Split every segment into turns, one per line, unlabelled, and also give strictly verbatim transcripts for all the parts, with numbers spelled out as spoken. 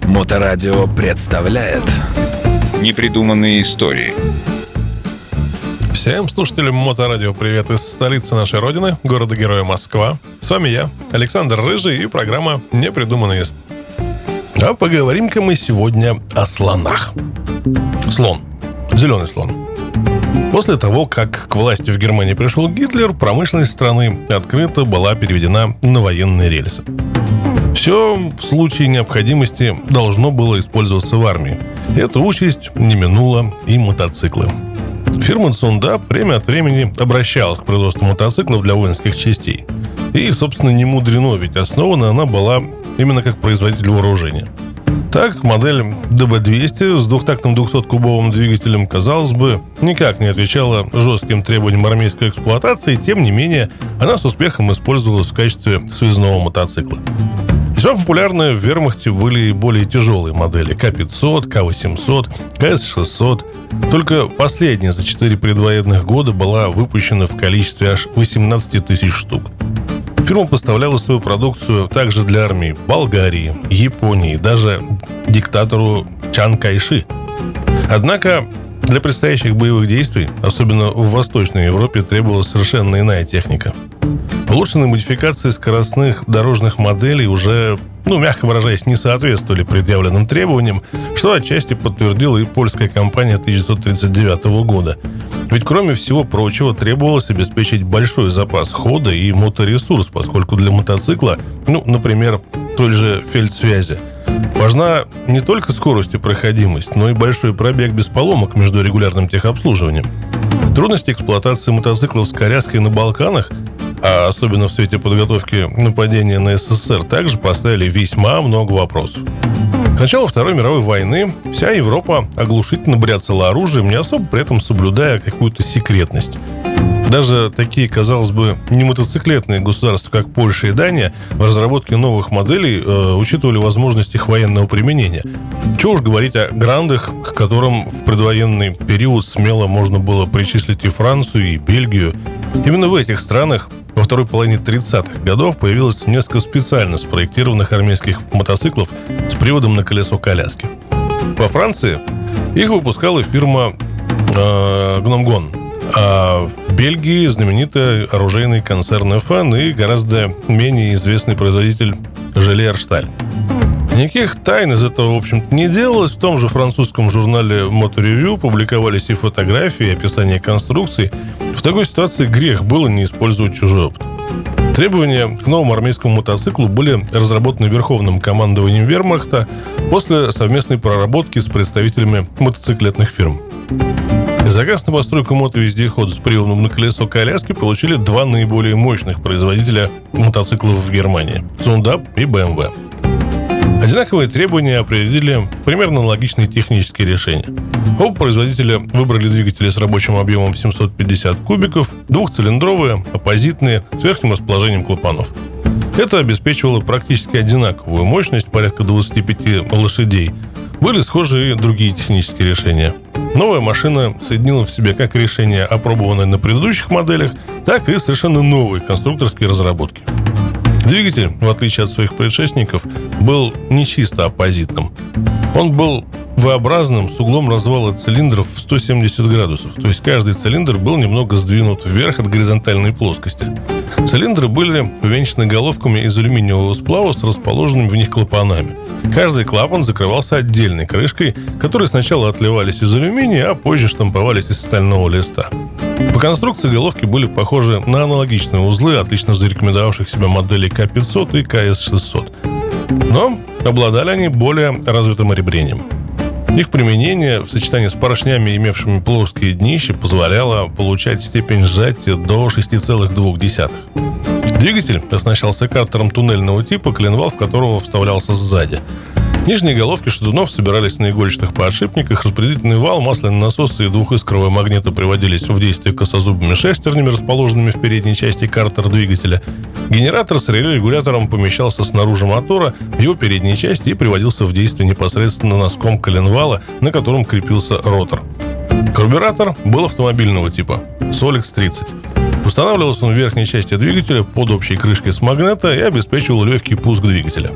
Моторадио представляет
Непридуманные истории.
Всем слушателям Моторадио привет из столицы нашей родины, города-героя Москва. С вами я, Александр Рыжий, и программа «Непридуманные истории». А поговорим-ка мы сегодня о слонах. Слон. Зеленый слон. После того, как к власти в Германии пришел Гитлер, промышленность страны открыто была переведена на военные рельсы. Все в случае необходимости должно было использоваться в армии. Эту участь не минула и мотоциклы. Фирма Цундап время от времени обращалась к производству мотоциклов для воинских частей. И, собственно, не мудрено, ведь основана она была именно как производитель вооружения. Так, модель ди би двести с двухтактным двухсоткубовым двигателем, казалось бы, никак не отвечала жестким требованиям армейской эксплуатации, тем не менее, она с успехом использовалась в качестве связного мотоцикла. Весьма популярны в вермахте были и более тяжелые модели ка пятьсот, ка восемьсот, ка эс шестьсот. Только последняя за четыре предвоенных года была выпущена в количестве аж восемнадцать тысяч штук. Фирма поставляла свою продукцию также для армии Болгарии, Японии, даже диктатору Чан Кайши. Однако для предстоящих боевых действий, особенно в Восточной Европе, требовалась совершенно иная техника. Улучшенные модификации скоростных дорожных моделей уже, ну, мягко выражаясь, не соответствовали предъявленным требованиям, что отчасти подтвердила и польская компания тысяча девятьсот тридцать девятого года. Ведь, кроме всего прочего, требовалось обеспечить большой запас хода и моторесурс, поскольку для мотоцикла, ну, например, той же фельдсвязи, важна не только скорость и проходимость, но и большой пробег без поломок между регулярным техобслуживанием. Трудности эксплуатации мотоциклов с коляской на Балканах, а особенно в свете подготовки нападения на эс эс эс эр, также поставили весьма много вопросов. К началу Второй мировой войны вся Европа оглушительно бряцала оружием, не особо при этом соблюдая какую-то секретность. Даже такие, казалось бы, не мотоциклетные государства, как Польша и Дания, в разработке новых моделей э, учитывали возможность их военного применения. Чего уж говорить о грандах, к которым в предвоенный период смело можно было причислить и Францию, и Бельгию. Именно в этих странах во второй половине тридцатых годов появилось несколько специально спроектированных армейских мотоциклов с приводом на колесо коляски. Во Франции их выпускала фирма э, Гномгон, а в Бельгии знаменитый оружейный концерн эф эн и гораздо менее известный производитель Желе-Эршталь. Никаких тайн из этого, в общем-то, не делалось. В том же французском журнале Motor Review публиковались и фотографии, и описания конструкций. В такой ситуации грех было не использовать чужой опыт. Требования к новому армейскому мотоциклу были разработаны Верховным командованием Вермахта после совместной проработки с представителями мотоциклетных фирм. Заказ на постройку мотовездехода с приводом на колесо коляски получили два наиболее мощных производителя мотоциклов в Германии – Цундап и бэ эм вэ. Одинаковые требования определили примерно аналогичные технические решения. Оба производителя выбрали двигатели с рабочим объемом в семьсот пятьдесят кубиков, двухцилиндровые, оппозитные, с верхним расположением клапанов. Это обеспечивало практически одинаковую мощность, порядка двадцать пять лошадей. Были схожи и другие технические решения. Новая машина соединила в себе как решения, опробованные на предыдущих моделях, так и совершенно новые конструкторские разработки. Двигатель, в отличие от своих предшественников, был не чисто оппозитным. Он был V-образным с углом развала цилиндров в сто семьдесят градусов, то есть каждый цилиндр был немного сдвинут вверх от горизонтальной плоскости. Цилиндры были увенчаны головками из алюминиевого сплава с расположенными в них клапанами. Каждый клапан закрывался отдельной крышкой, которые сначала отливались из алюминия, а позже штамповались из стального листа. По конструкции головки были похожи на аналогичные узлы, отлично зарекомендовавших себя моделей ка пятьсот и ка эс шестьсот. Но обладали они более развитым ребрением. Их применение в сочетании с поршнями, имевшими плоские днища, позволяло получать степень сжатия до шесть целых две десятых. Двигатель оснащался картером туннельного типа, коленвал в которого вставлялся сзади. Нижние головки шатунов собирались на игольчатых подшипниках, распределительный вал, масляный насос и двухискровые магниты приводились в действие косозубыми шестернями, расположенными в передней части картера двигателя. Генератор с реле-регулятором помещался снаружи мотора в его передней части и приводился в действие непосредственно носком коленвала, на котором крепился ротор. Карбюратор был автомобильного типа Solex тридцать. Устанавливался он в верхней части двигателя под общей крышкой с магнета и обеспечивал легкий пуск двигателя.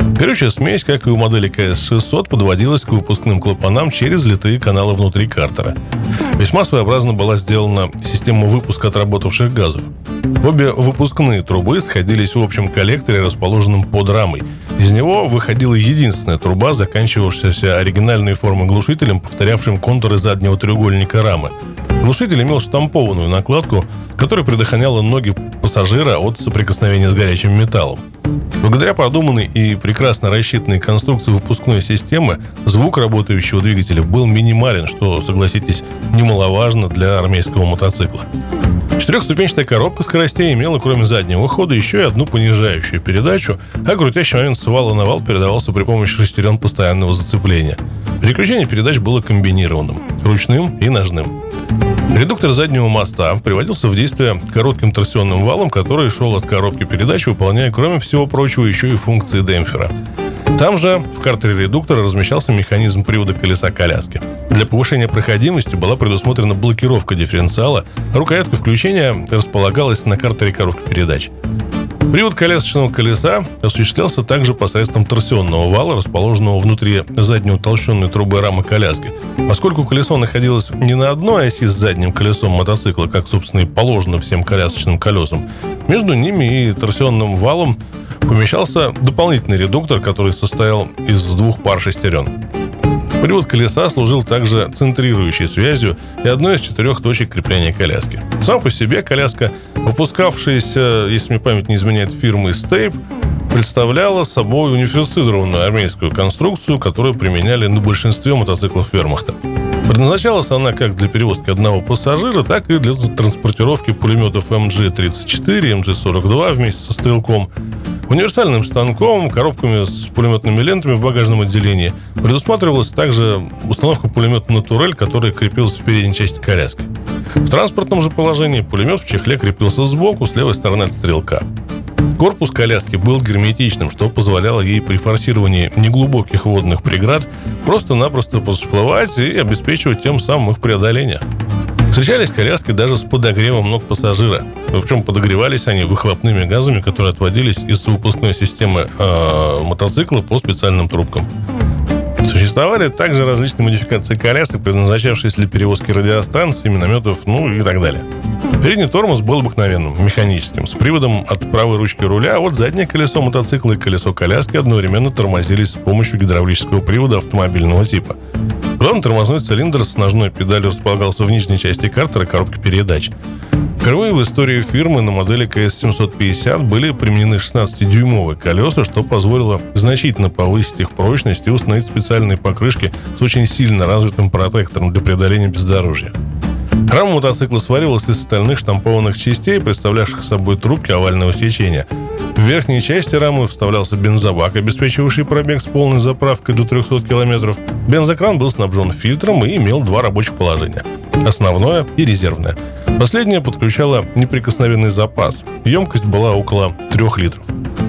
Горючая смесь, как и у модели ка эс шестьсот, подводилась к выпускным клапанам через литые каналы внутри картера. Весьма своеобразно была сделана система выпуска отработавших газов. Обе выпускные трубы сходились в общем коллекторе, расположенном под рамой. Из него выходила единственная труба, заканчивавшаяся оригинальной формой глушителем, повторявшим контуры заднего треугольника рамы. Глушитель имел штампованную накладку, которая предохраняла ноги пассажира от соприкосновения с горячим металлом. Благодаря продуманной и прекрасно рассчитанной конструкции выпускной системы звук работающего двигателя был минимален, что, согласитесь, немаловажно для армейского мотоцикла. Четырехступенчатая коробка скоростей имела, кроме заднего хода, еще и одну понижающую передачу, а крутящий момент с вала на вал передавался при помощи шестерен постоянного зацепления. Переключение передач было комбинированным – ручным и ножным. Редуктор заднего моста приводился в действие коротким торсионным валом, который шел от коробки передач, выполняя, кроме всего прочего, еще и функции демпфера. Там же в картере редуктора размещался механизм привода колеса коляски. Для повышения проходимости была предусмотрена блокировка дифференциала, а рукоятка включения располагалась на картере коробки передач. Привод колясочного колеса осуществлялся также посредством торсионного вала, расположенного внутри задней утолщенной трубы рамы коляски. Поскольку колесо находилось не на одной оси с задним колесом мотоцикла, как, собственно, и положено всем колясочным колесам, между ними и торсионным валом помещался дополнительный редуктор, который состоял из двух пар шестерен. Привод колеса служил также центрирующей связью и одной из четырех точек крепления коляски. Сам по себе коляска, выпускавшаяся, если мне память не изменяет, фирмой Стейп, представляла собой унифицированную армейскую конструкцию, которую применяли на большинстве мотоциклов вермахта. Предназначалась она как для перевозки одного пассажира, так и для транспортировки пулеметов эм джи тридцать четыре, эм джи сорок два вместе со стрелком, универсальным станком, коробками с пулеметными лентами в багажном отделении. Предусматривалась также установка пулемета на турель, которая крепилась в передней части коляски. В транспортном же положении пулемет в чехле крепился сбоку, с левой стороны от стрелка. Корпус коляски был герметичным, что позволяло ей при форсировании неглубоких водных преград просто-напросто всплывать и обеспечивать тем самым их преодоление. Встречались коляски даже с подогревом ног пассажира. В чем подогревались они выхлопными газами, которые отводились из выпускной системы э, мотоцикла по специальным трубкам. Существовали также различные модификации колясок, предназначавшиеся для перевозки радиостанций, минометов, ну и так далее. Передний тормоз был обыкновенным, механическим, с приводом от правой ручки руля, а вот заднее колесо мотоцикла и колесо коляски одновременно тормозились с помощью гидравлического привода автомобильного типа. Главный тормозной цилиндр с ножной педалью располагался в нижней части картера коробки передач. Впервые в истории фирмы на модели ка эс семьсот пятьдесят были применены шестнадцатидюймовые колеса, что позволило значительно повысить их прочность и установить специальные покрышки с очень сильно развитым протектором для преодоления бездорожья. Рама мотоцикла сваривалась из стальных штампованных частей, представлявших собой трубки овального сечения. В верхней части рамы вставлялся бензобак, обеспечивавший пробег с полной заправкой до трехсот километров. Бензокран был снабжен фильтром и имел два рабочих положения – основное и резервное. Последнее подключало неприкосновенный запас. Емкость была около трех литров.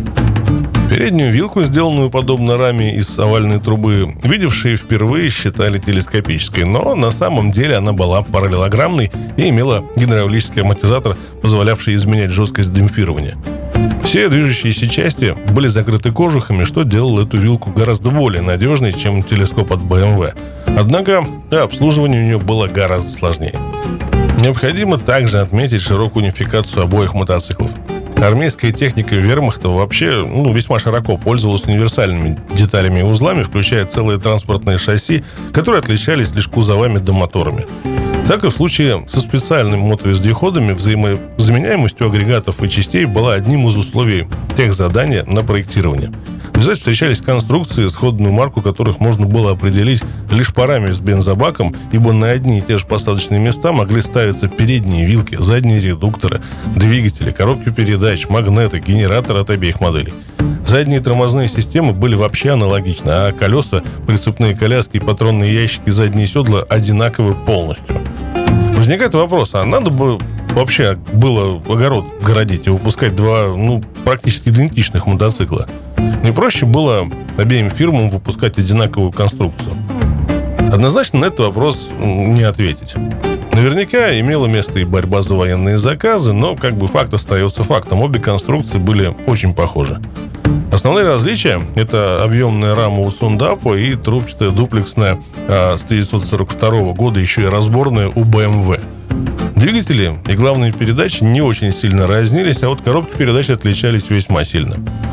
Переднюю вилку, сделанную подобно раме из овальной трубы, видевшие впервые считали телескопической, но на самом деле она была параллелограммной и имела гидравлический амортизатор, позволявший изменять жесткость демпфирования. Все движущиеся части были закрыты кожухами, что делало эту вилку гораздо более надежной, чем телескоп от бэ эм вэ. Однако обслуживание у нее было гораздо сложнее. Необходимо также отметить широкую унификацию обоих мотоциклов. Армейская техника вермахта вообще ну, весьма широко пользовалась универсальными деталями и узлами, включая целые транспортные шасси, которые отличались лишь кузовами да моторами. Так и в случае со специальными мотовездеходами взаимозаменяемостью агрегатов и частей была одним из условий техзадания на проектирование. Здесь встречались конструкции, сходную марку которых можно было определить лишь парами с бензобаком, ибо на одни и те же посадочные места могли ставиться передние вилки, задние редукторы, двигатели, коробки передач, магнеты, генераторы от обеих моделей. Задние тормозные системы были вообще аналогичны, а колеса, прицепные коляски и патронные ящики, задние седла одинаковы полностью. Возникает вопрос, а надо бы вообще было огород городить и выпускать два, ну, практически идентичных мотоцикла? Не проще было обеим фирмам выпускать одинаковую конструкцию? Однозначно на этот вопрос не ответить. Наверняка имела место и борьба за военные заказы, но как бы факт остается фактом. Обе конструкции были очень похожи. Основные различия – это объемная рама у Сундапа и трубчатая дуплексная а, с тысяча девятьсот сорок второго года, еще и разборная у бэ эм вэ. Двигатели и главные передачи не очень сильно разнились, а вот коробки передач отличались весьма сильно.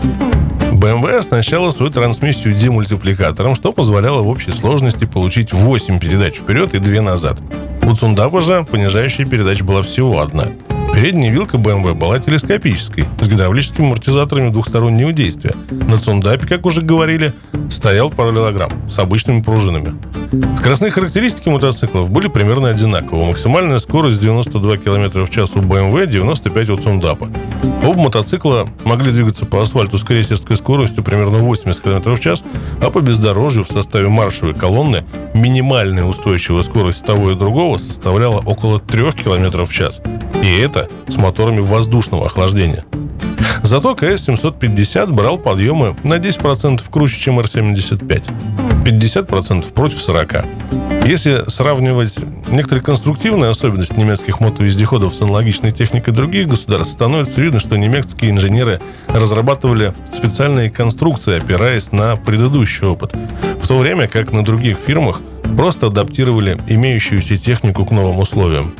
бэ эм вэ оснащала свою трансмиссию демультипликатором, что позволяло в общей сложности получить восемь передач вперед и две назад. У Цундапа же понижающая передача была всего одна. Передняя вилка бэ эм вэ была телескопической, с гидравлическими амортизаторами двухстороннего действия. На Цундапе, как уже говорили, стоял параллелограмм с обычными пружинами. Скоростные характеристики мотоциклов были примерно одинаковы. Максимальная скорость девяносто два километра в час у бэ эм вэ, девяносто пять у Цундапа. Оба мотоцикла могли двигаться по асфальту с крейсерской скоростью примерно восемьдесят километров в час, а по бездорожью в составе маршевой колонны минимальная устойчивая скорость того и другого составляла около трех километров в час. И это с моторами воздушного охлаждения. Зато ка эс семьсот пятьдесят брал подъемы на десять процентов круче, чем эр семьдесят пять. пятьдесят процентов против сорока. Если сравнивать некоторые конструктивные особенности немецких мотовездеходов с аналогичной техникой других государств, становится видно, что немецкие инженеры разрабатывали специальные конструкции, опираясь на предыдущий опыт, в то время как на других фирмах просто адаптировали имеющуюся технику к новым условиям.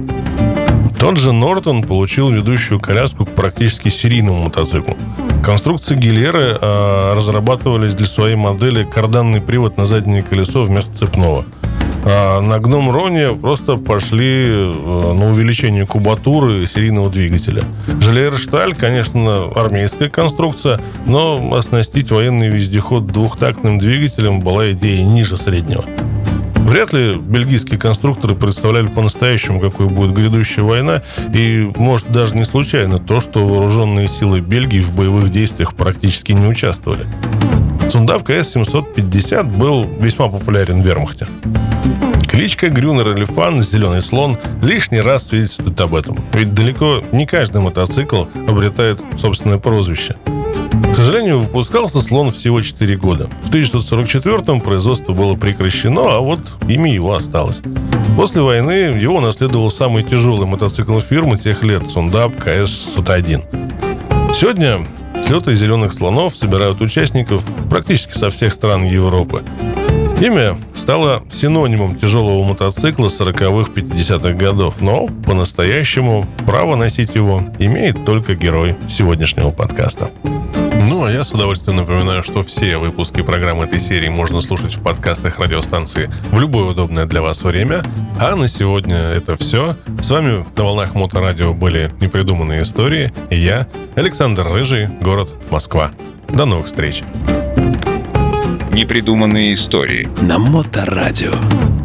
Тот же Нортон получил ведущую коляску к практически серийному мотоциклу. Конструкции Гильеры э, разрабатывались для своей модели карданный привод на заднее колесо вместо цепного. А на Гном Роне просто пошли э, на увеличение кубатуры серийного двигателя. Желейршталь, конечно, армейская конструкция, но оснастить военный вездеход двухтактным двигателем была идея ниже среднего. Вряд ли бельгийские конструкторы представляли по-настоящему, какой будет грядущая война, и, может, даже не случайно то, что вооруженные силы Бельгии в боевых действиях практически не участвовали. Цундап ка эс семьсот пятьдесят был весьма популярен в вермахте. Кличка Грюнер или Фан, зеленый слон, лишний раз свидетельствует об этом. Ведь далеко не каждый мотоцикл обретает собственное прозвище. К сожалению, выпускался слон всего четыре года. В тысяча девятьсот сорок четвёртом производство было прекращено, а вот имя его осталось. После войны его наследовал самый тяжелый мотоцикл фирмы тех лет – Цундап ка эс шестьсот один. Сегодня слеты зеленых слонов собирают участников практически со всех стран Европы. Имя стало синонимом тяжелого мотоцикла сороковых-пятидесятых годов, но по-настоящему право носить его имеет только герой сегодняшнего подкаста. Ну, а я с удовольствием напоминаю, что все выпуски программы этой серии можно слушать в подкастах радиостанции в любое удобное для вас время. А на сегодня это все. С вами на волнах Моторадио были непридуманные истории. И я, Александр Рыжий, город Москва. До новых встреч.
Непридуманные истории
На Моторадио.